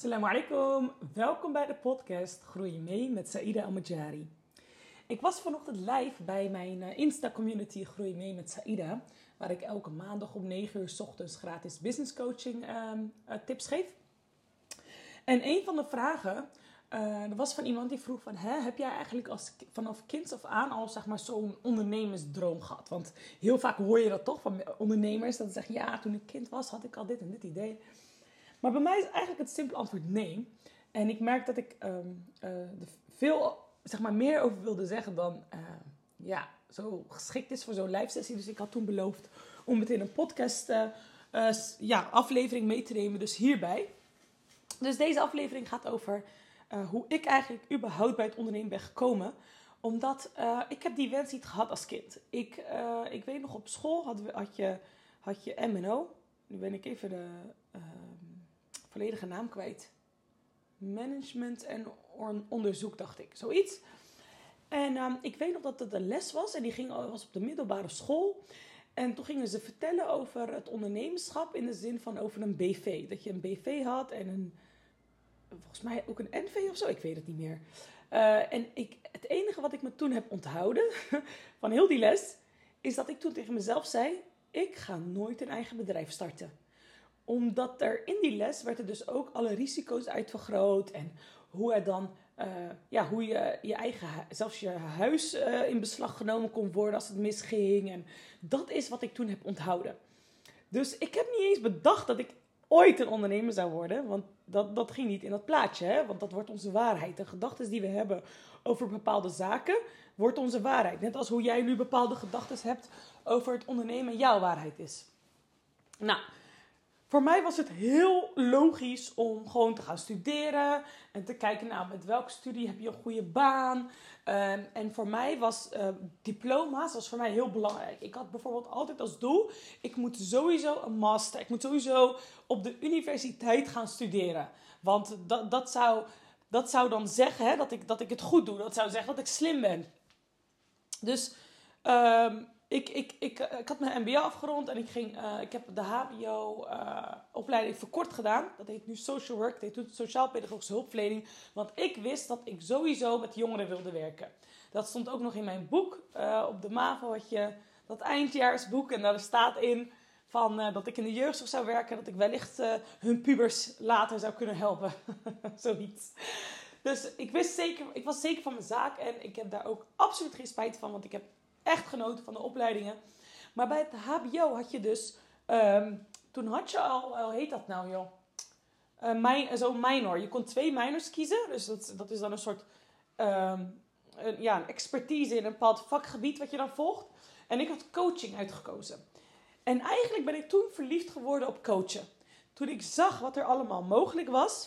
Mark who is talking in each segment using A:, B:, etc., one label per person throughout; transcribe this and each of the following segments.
A: Assalamu alaikum, welkom bij de podcast Groei mee met Saïda Al-Majari. Ik was vanochtend live bij mijn Insta-community Groei mee met Saïda, waar ik elke maandag om 9 uur 's ochtends gratis business coaching tips geef. En een van de vragen er was van iemand die vroeg van, heb jij eigenlijk vanaf kinds af aan al zeg maar, zo'n ondernemersdroom gehad? Want heel vaak hoor je dat toch van ondernemers, dat ze zeggen, ja, toen ik kind was had ik al dit en dit idee. Maar bij mij is eigenlijk het simpele antwoord nee. En ik merk dat ik er veel zeg maar, meer over wilde zeggen dan zo geschikt is voor zo'n live sessie. Dus ik had toen beloofd om meteen een podcast aflevering mee te nemen. Dus hierbij. Dus deze aflevering gaat over hoe ik eigenlijk überhaupt bij het ondernemen ben gekomen. Omdat ik heb die wens niet gehad als kind. Ik weet nog op school had je MNO. Nu ben ik even de volledige naam kwijt. Management en onderzoek, dacht ik. Zoiets. En ik weet nog dat het een les was. En die was op de middelbare school. En toen gingen ze vertellen over het ondernemerschap. In de zin van over een BV. Dat je een BV had en volgens mij ook een NV of zo. Ik weet het niet meer. Het enige wat ik me toen heb onthouden van heel die les, is dat ik toen tegen mezelf zei, ik ga nooit een eigen bedrijf starten. Omdat er in die les werd er dus ook alle risico's uitvergroot. En hoe er dan, hoe je eigen, zelfs je huis in beslag genomen kon worden als het misging. En dat is wat ik toen heb onthouden. Dus ik heb niet eens bedacht dat ik ooit een ondernemer zou worden. Want dat ging niet in dat plaatje. Hè? Want dat wordt onze waarheid. De gedachten die we hebben over bepaalde zaken, wordt onze waarheid. Net als hoe jij nu bepaalde gedachten hebt over het ondernemen jouw waarheid is. Nou, voor mij was het heel logisch om gewoon te gaan studeren. En te kijken, nou, met welke studie heb je een goede baan. En voor mij was diploma's was voor mij heel belangrijk. Ik had bijvoorbeeld altijd als doel, ik moet sowieso een master. Ik moet sowieso op de universiteit gaan studeren. Want dat zou dan zeggen dat ik het goed doe. Dat zou zeggen dat ik slim ben. Dus ik had mijn MBA afgerond en ik heb de HBO-opleiding verkort gedaan. Dat heet nu social work, dat heet toen sociaal-pedagogische hulpverlening. Want ik wist dat ik sowieso met jongeren wilde werken. Dat stond ook nog in mijn boek. Op de MAVO had je dat eindjaarsboek en daar staat in van, dat ik in de jeugdzorg zou werken. Dat ik wellicht hun pubers later zou kunnen helpen. Zoiets. Dus ik was zeker van mijn zaak en ik heb daar ook absoluut geen spijt van, want ik heb echt genoten van de opleidingen. Maar bij het HBO had je dus, toen had je al, hoe heet dat nou joh? Zo'n minor. Je kon 2 minors kiezen, dus dat is dan een soort, een expertise in een bepaald vakgebied wat je dan volgt. En ik had coaching uitgekozen. En eigenlijk ben ik toen verliefd geworden op coachen. Toen ik zag wat er allemaal mogelijk was,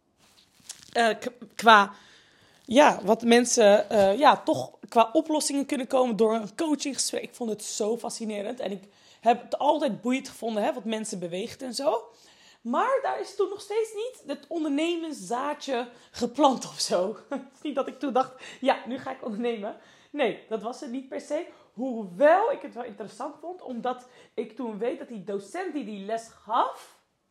A: qua wat mensen toch qua oplossingen kunnen komen door een coachinggesprek. Ik vond het zo fascinerend. En ik heb het altijd boeiend gevonden, wat mensen beweegt en zo. Maar daar is toen nog steeds niet het ondernemerszaadje geplant of zo. Het is niet dat ik toen dacht, ja, nu ga ik ondernemen. Nee, dat was het niet per se. Hoewel ik het wel interessant vond, omdat ik toen weet dat die docent die les gaf,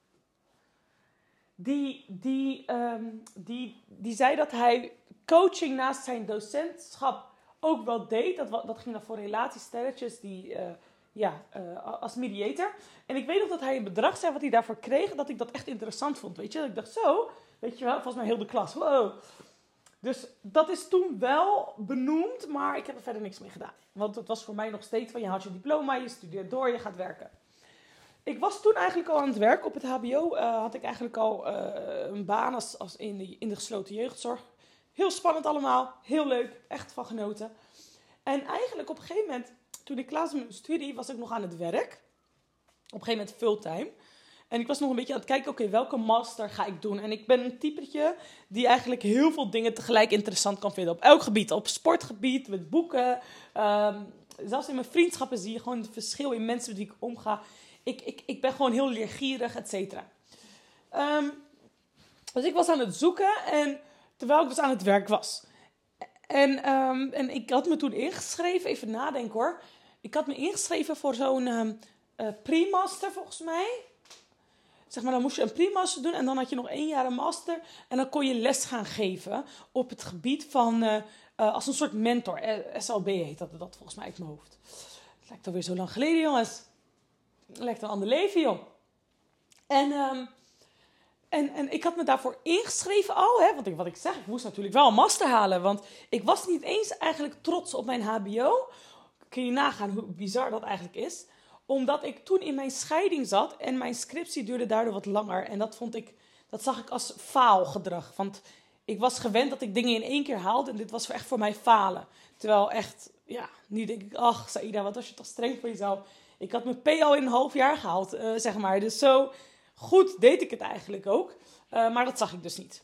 A: die zei dat hij coaching naast zijn docentschap ook wel deed. Dat ging dan voor relatiestelletjes als mediator. En ik weet nog dat hij een bedrag zei wat hij daarvoor kreeg, dat ik dat echt interessant vond. Weet je, dat ik dacht zo, weet je wel, volgens mij heel de klas. Wow. Dus dat is toen wel benoemd, maar ik heb er verder niks mee gedaan. Want het was voor mij nog steeds van, je haalt je diploma, je studeert door, je gaat werken. Ik was toen eigenlijk al aan het werk. Op het HBO had ik eigenlijk al een baan als in de gesloten jeugdzorg. Heel spannend allemaal. Heel leuk. Echt van genoten. En eigenlijk op een gegeven moment, toen ik klaar was met mijn studie, was ik nog aan het werk. Op een gegeven moment fulltime. En ik was nog een beetje aan het kijken, oké, welke master ga ik doen? En ik ben een typetje die eigenlijk heel veel dingen tegelijk interessant kan vinden. Op elk gebied. Op sportgebied, met boeken. Zelfs in mijn vriendschappen zie je gewoon het verschil in mensen met wie ik omga. Ik ben gewoon heel leergierig, et cetera. Dus ik was aan het zoeken en terwijl ik dus aan het werk was. En ik had me toen ingeschreven, even nadenken hoor. Ik had me ingeschreven voor zo'n pre-master volgens mij. zeg maar, dan moest je een pre-master doen en dan had je nog 1 jaar een master. En dan kon je les gaan geven op het gebied van, als een soort mentor. SLB heet dat volgens mij uit mijn hoofd. Het lijkt alweer zo lang geleden, jongens. Het lijkt een ander leven, joh. En ik had me daarvoor ingeschreven al, hè, want wat ik zeg, ik moest natuurlijk wel een master halen. Want ik was niet eens eigenlijk trots op mijn hbo. Kun je nagaan hoe bizar dat eigenlijk is. Omdat ik toen in mijn scheiding zat en mijn scriptie duurde daardoor wat langer. En dat zag ik als faalgedrag. Want ik was gewend dat ik dingen in 1 keer haalde en dit was echt voor mij falen. Terwijl echt, ja, nu denk ik, ach Saïda, wat was je toch streng voor jezelf. Ik had mijn P al in een half jaar gehaald, zeg maar. Dus zo goed deed ik het eigenlijk ook. Maar dat zag ik dus niet.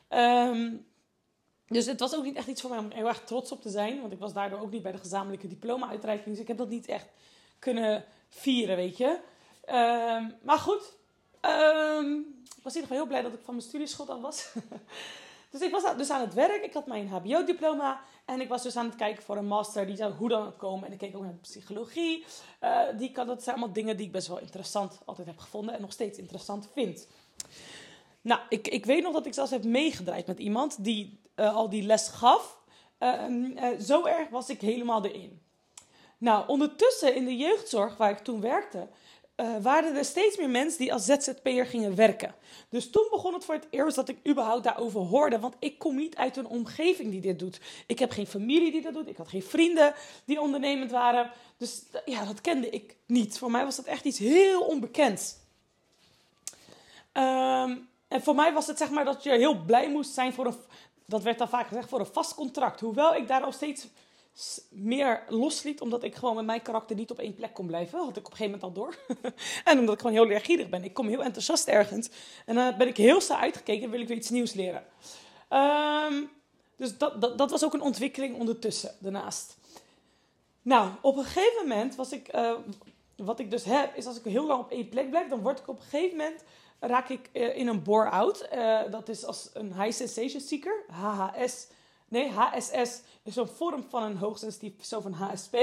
A: Dus het was ook niet echt iets voor mij om heel erg trots op te zijn. Want ik was daardoor ook niet bij de gezamenlijke diploma-uitreiking. Dus ik heb dat niet echt kunnen vieren, weet je. Maar goed. Ik was in ieder geval heel blij dat ik van mijn studieschuld af was. Dus ik was dus aan het werk. Ik had mijn hbo-diploma. En ik was dus aan het kijken voor een master. Die zou hoe dan ook komen. En ik keek ook naar de psychologie. Dat zijn allemaal dingen die ik best wel interessant altijd heb gevonden. En nog steeds interessant vind. Nou, ik weet nog dat ik zelfs heb meegedraaid met iemand die al die les gaf. Zo erg was ik helemaal erin. Nou, ondertussen in de jeugdzorg waar ik toen werkte, waren er steeds meer mensen die als ZZP'er gingen werken. Dus toen begon het voor het eerst dat ik überhaupt daarover hoorde. Want ik kom niet uit een omgeving die dit doet. Ik heb geen familie die dat doet. Ik had geen vrienden die ondernemend waren. Dus ja, dat kende ik niet. Voor mij was dat echt iets heel onbekends. En voor mij was het zeg maar dat je heel blij moest zijn dat werd dan vaak gezegd, voor een vast contract. Hoewel ik daar al steeds meer losliet, omdat ik gewoon met mijn karakter niet op 1 plek kon blijven. Had ik op een gegeven moment al door. En omdat ik gewoon heel leergierig ben. Ik kom heel enthousiast ergens. En dan ben ik heel snel uitgekeken en wil ik weer iets nieuws leren. Dus dat was ook een ontwikkeling ondertussen, daarnaast. Nou, op een gegeven moment was ik... wat ik dus heb, is als ik heel lang op 1 plek blijf, dan word ik op een gegeven moment... raak ik in een bore-out. Dat is als een high sensation seeker. HSS is een vorm van een hoogsensitief persoon van HSP.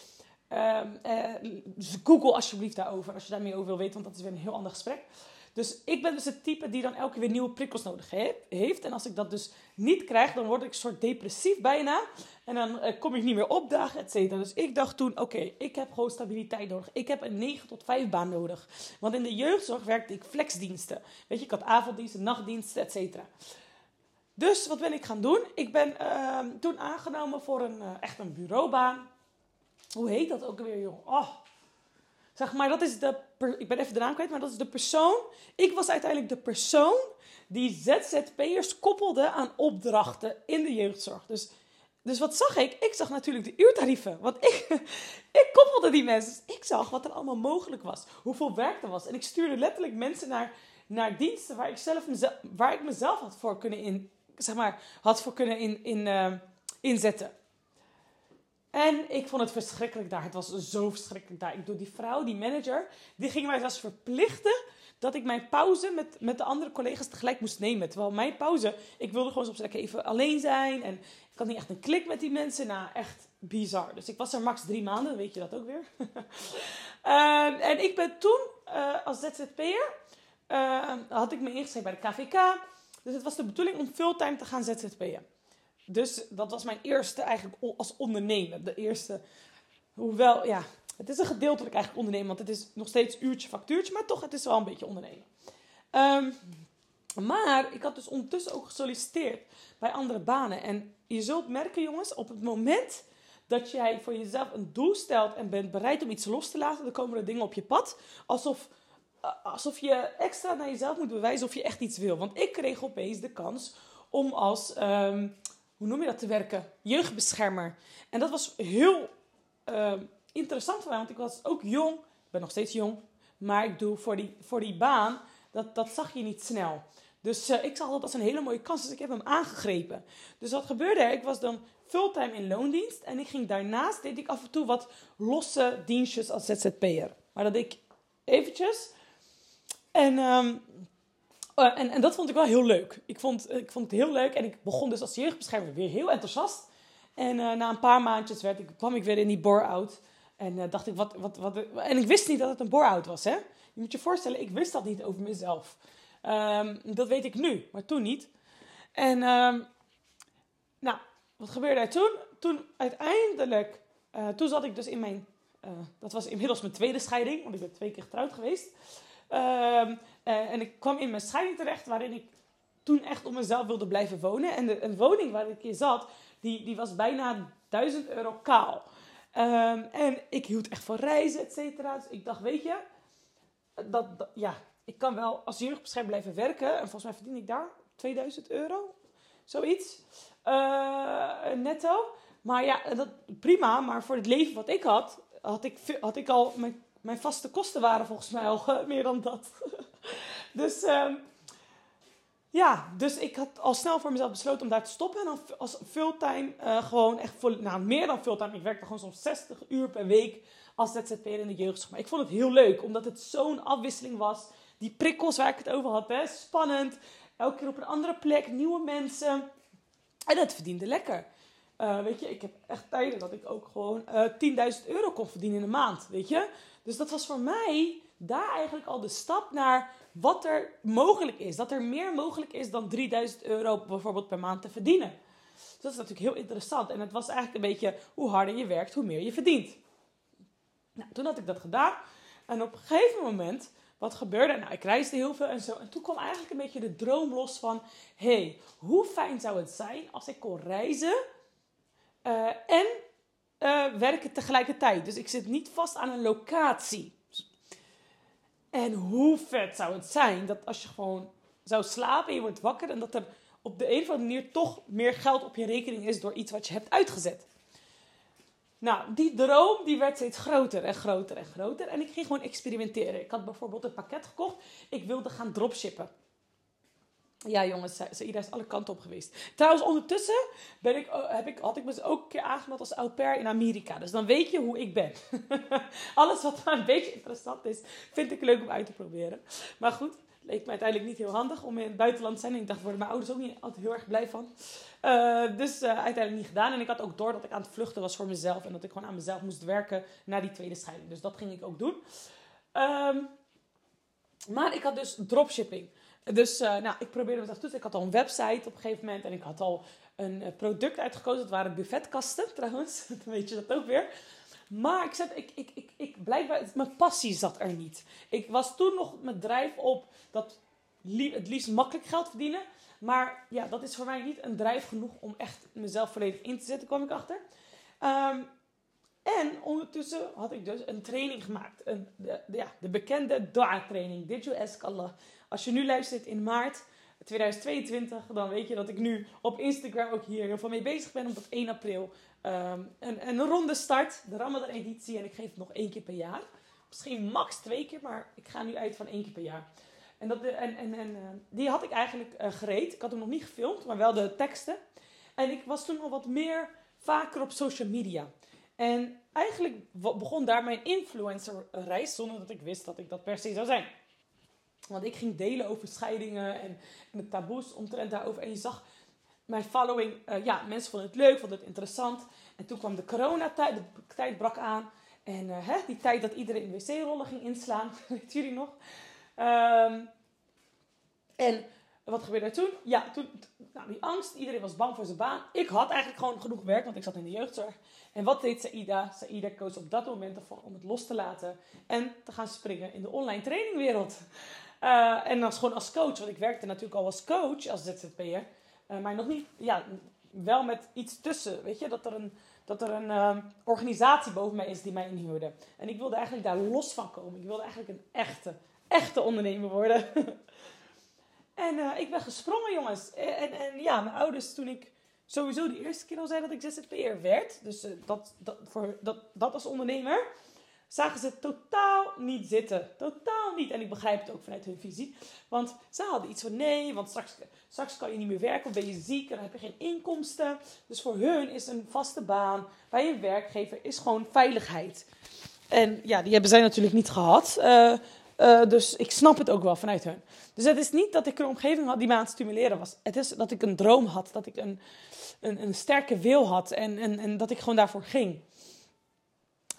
A: Dus Google alsjeblieft daarover, als je daar meer over wil weten, want dat is weer een heel ander gesprek. Dus ik ben dus het type die dan elke keer weer nieuwe prikkels nodig heeft. En als ik dat dus niet krijg, dan word ik een soort depressief bijna. En dan kom ik niet meer opdagen, et cetera. Dus ik dacht toen, oké, ik heb gewoon stabiliteit nodig. Ik heb een 9 tot 5 baan nodig. Want in de jeugdzorg werkte ik flexdiensten. Weet je, ik had avonddiensten, nachtdiensten, et cetera. Dus wat ben ik gaan doen? Ik ben toen aangenomen voor echt een bureaubaan. Hoe heet dat ook weer, joh? Oh. Zeg maar, dat is ik ben even de naam kwijt, maar dat is de persoon. Ik was uiteindelijk de persoon die ZZP'ers koppelde aan opdrachten in de jeugdzorg. Dus wat zag ik? Ik zag natuurlijk de uurtarieven. Want ik koppelde die mensen. Dus ik zag wat er allemaal mogelijk was. Hoeveel werk er was. En ik stuurde letterlijk mensen naar diensten waar ik mezelf had voor kunnen inzetten. En ik vond het verschrikkelijk daar. Het was zo verschrikkelijk daar. Die vrouw, die manager, die ging mij zelfs verplichten dat ik mijn pauze met de andere collega's tegelijk moest nemen. Terwijl mijn pauze, ik wilde gewoon soms lekker even alleen zijn. En ik had niet echt een klik met die mensen. Nou, echt bizar. Dus ik was er max 3 maanden, weet je dat ook weer. En ik ben toen als ZZP'er, had ik me ingeschreven bij de KVK. Dus het was de bedoeling om fulltime te gaan ZZP'en. Dus dat was mijn eerste eigenlijk als ondernemer. De eerste, hoewel, ja, het is een gedeeltelijk eigenlijk ondernemen. Want het is nog steeds uurtje, factuurtje. Maar toch, het is wel een beetje ondernemen. Maar ik had dus ondertussen ook gesolliciteerd bij andere banen. En je zult merken, jongens, op het moment dat jij voor jezelf een doel stelt en bent bereid om iets los te laten, dan komen er dingen op je pad. Alsof je extra naar jezelf moet bewijzen of je echt iets wil. Want ik kreeg opeens de kans om als... hoe noem je dat te werken? Jeugdbeschermer. En dat was heel interessant voor mij, want ik was ook jong. Ik ben nog steeds jong. Maar ik doe voor die baan, dat zag je niet snel. Dus ik zag dat als een hele mooie kans, dus ik heb hem aangegrepen. Dus wat gebeurde er? Ik was dan fulltime in loondienst. En daarnaast deed ik af en toe wat losse dienstjes als ZZP'er. Maar dat deed ik eventjes. En dat vond ik wel heel leuk. Ik vond het heel leuk. En ik begon dus als jeugdbeschermer weer heel enthousiast. En na een paar maandjes kwam ik weer in die bore-out. En dacht ik, en ik wist niet dat het een bore-out was, hè. Je moet je voorstellen, ik wist dat niet over mezelf. Dat weet ik nu, maar toen niet. En nou, wat gebeurde er toen? Toen uiteindelijk, toen zat ik dus in mijn, dat was inmiddels mijn tweede scheiding, want ik ben 2 keer getrouwd geweest. En ik kwam in mijn scheiding terecht, waarin ik toen echt op mezelf wilde blijven wonen. En een woning waar ik in zat, die was bijna €1000 kaal. En ik hield echt van reizen, et cetera. Dus ik dacht, weet je, ik kan wel als jeugdbeschermer blijven werken. En volgens mij verdien ik daar €2000, zoiets, netto. Maar ja, dat prima. Maar voor het leven wat ik had ik al, mijn vaste kosten waren volgens mij al meer dan dat. Dus dus ik had al snel voor mezelf besloten om daar te stoppen. En dan als fulltime, gewoon echt meer dan fulltime. Ik werkte gewoon soms 60 uur per week als ZZP'er in de jeugdzorg. Maar ik vond het heel leuk, omdat het zo'n afwisseling was. Die prikkels waar ik het over had, hè, spannend. Elke keer op een andere plek, nieuwe mensen. En het verdiende lekker. Weet je, ik heb echt tijden dat ik ook gewoon €10.000 kon verdienen in een maand, weet je. Dus dat was voor mij daar eigenlijk al de stap naar wat er mogelijk is. Dat er meer mogelijk is dan €3000 bijvoorbeeld per maand te verdienen. Dus dat is natuurlijk heel interessant. En het was eigenlijk een beetje, hoe harder je werkt, hoe meer je verdient. Nou, toen had ik dat gedaan. En op een gegeven moment, wat gebeurde? Nou, ik reisde heel veel en zo. En toen kwam eigenlijk een beetje de droom los van, hoe fijn zou het zijn als ik kon reizen en werken tegelijkertijd. Dus ik zit niet vast aan een locatie. En hoe vet zou het zijn dat als je gewoon zou slapen en je wordt wakker en dat er op de een of andere manier toch meer geld op je rekening is door iets wat je hebt uitgezet. Nou, die droom die werd steeds groter en groter en groter. En ik ging gewoon experimenteren. Ik had bijvoorbeeld een pakket gekocht. Ik wilde gaan dropshippen. Ja, jongens, Saïda is alle kanten op geweest. Trouwens, ondertussen had ik me ook een keer aangemeld als au pair in Amerika. Dus dan weet je hoe ik ben. Alles wat maar een beetje interessant is, vind ik leuk om uit te proberen. Maar goed, leek me uiteindelijk niet heel handig om in het buitenland te zijn. En ik dacht, daar worden mijn ouders ook niet altijd heel erg blij van. Dus uiteindelijk niet gedaan. En ik had ook door dat ik aan het vluchten was voor mezelf. En dat ik gewoon aan mezelf moest werken na die tweede scheiding. Dus dat ging ik ook doen. Maar ik had dus dropshipping. Dus ik probeerde mezelf toe. Ik had al een website op een gegeven moment. En ik had al een product uitgekozen. Dat waren buffetkasten trouwens. Dan weet je dat ook weer. Maar blijkbaar, mijn passie zat er niet. Ik was toen nog mijn drijf op dat het liefst makkelijk geld verdienen. Maar ja, dat is voor mij niet een drijf genoeg om echt mezelf volledig in te zetten, kwam ik achter. En ondertussen had ik dus een training gemaakt. De bekende dua-training. Did you ask Allah? Als je nu luistert in maart 2022, dan weet je dat ik nu op Instagram ook hier heel veel mee bezig ben. Omdat 1 april een ronde start, de Ramadan-editie. En ik geef het nog 1 keer per jaar. Misschien max 2 keer, maar ik ga nu uit van 1 keer per jaar. En die had ik eigenlijk gereed. Ik had hem nog niet gefilmd, maar wel de teksten. En ik was toen al wat meer vaker op social media. En eigenlijk begon daar mijn influencer-reis, zonder dat ik wist dat ik dat per se zou zijn. Want ik ging delen over scheidingen en de taboes omtrent daarover. En je zag mijn following, mensen vonden het leuk, vonden het interessant. En toen kwam de coronatijd, de tijd brak aan. En die tijd dat iedereen wc-rollen ging inslaan, weet jullie nog? En wat gebeurde er toen? Ja, die angst. Iedereen was bang voor zijn baan. Ik had eigenlijk gewoon genoeg werk, want ik zat in de jeugdzorg. En wat deed Saïda? Saïda koos op dat moment ervoor om het los te laten. En te gaan springen in de online trainingwereld. En dan gewoon als coach. Want ik werkte natuurlijk al als coach, als ZZP'er. Maar nog niet, wel met iets tussen. Weet je, dat er een organisatie boven mij is die mij inhuurde. En ik wilde eigenlijk daar los van komen. Ik wilde eigenlijk een echte ondernemer worden. En ik ben gesprongen, jongens. En mijn ouders, toen ik sowieso de eerste keer al zei dat ik ZZP'er werd, dus dat als ondernemer, zagen ze totaal niet zitten. Totaal niet. En ik begrijp het ook vanuit hun visie. Want ze hadden iets van nee, want straks kan je niet meer werken, of ben je ziek en dan heb je geen inkomsten. Dus voor hun is een vaste baan bij een werkgever is gewoon veiligheid. En ja, die hebben zij natuurlijk niet gehad. Dus ik snap het ook wel vanuit hun. Dus het is niet dat ik een omgeving had die me aan het stimuleren was. Het is dat ik een droom had. Dat ik een sterke wil had. En dat ik gewoon daarvoor ging.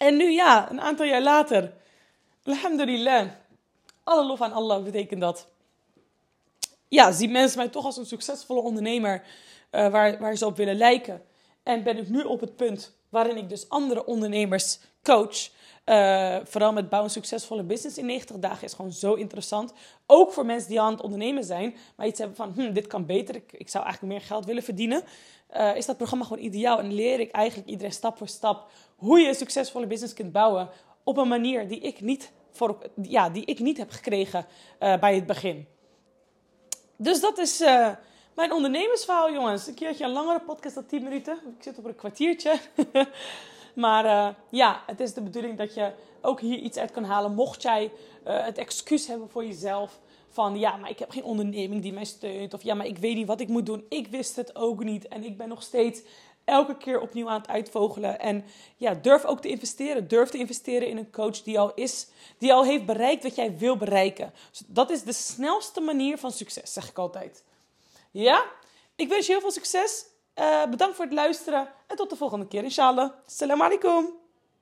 A: En nu ja, een aantal jaar later, alhamdulillah, alle lof aan Allah betekent dat. Ja, zien mensen mij toch als een succesvolle ondernemer waar ze op willen lijken. En ben ik nu op het punt waarin ik dus andere ondernemers coach. Vooral met bouwen een succesvolle business in 90 dagen is gewoon zo interessant. Ook voor mensen die aan het ondernemen zijn, maar iets hebben van, dit kan beter. Ik zou eigenlijk meer geld willen verdienen. Is dat programma gewoon ideaal. En leer ik eigenlijk iedereen stap voor stap hoe je een succesvolle business kunt bouwen op een manier die ik niet heb gekregen bij het begin. Dus dat is mijn ondernemersverhaal, jongens. Een keertje een langere podcast dan 10 minuten. Ik zit op een kwartiertje. Maar het is de bedoeling dat je ook hier iets uit kan halen. Mocht jij het excuus hebben voor jezelf. Van maar ik heb geen onderneming die mij steunt. Of maar ik weet niet wat ik moet doen. Ik wist het ook niet. En ik ben nog steeds elke keer opnieuw aan het uitvogelen. En durf ook te investeren. Durf te investeren in een coach die al heeft bereikt wat jij wil bereiken. Dus dat is de snelste manier van succes, zeg ik altijd. Ja, ik wens je heel veel succes. Bedankt voor het luisteren. En tot de volgende keer, inshallah. Assalamu alaikum.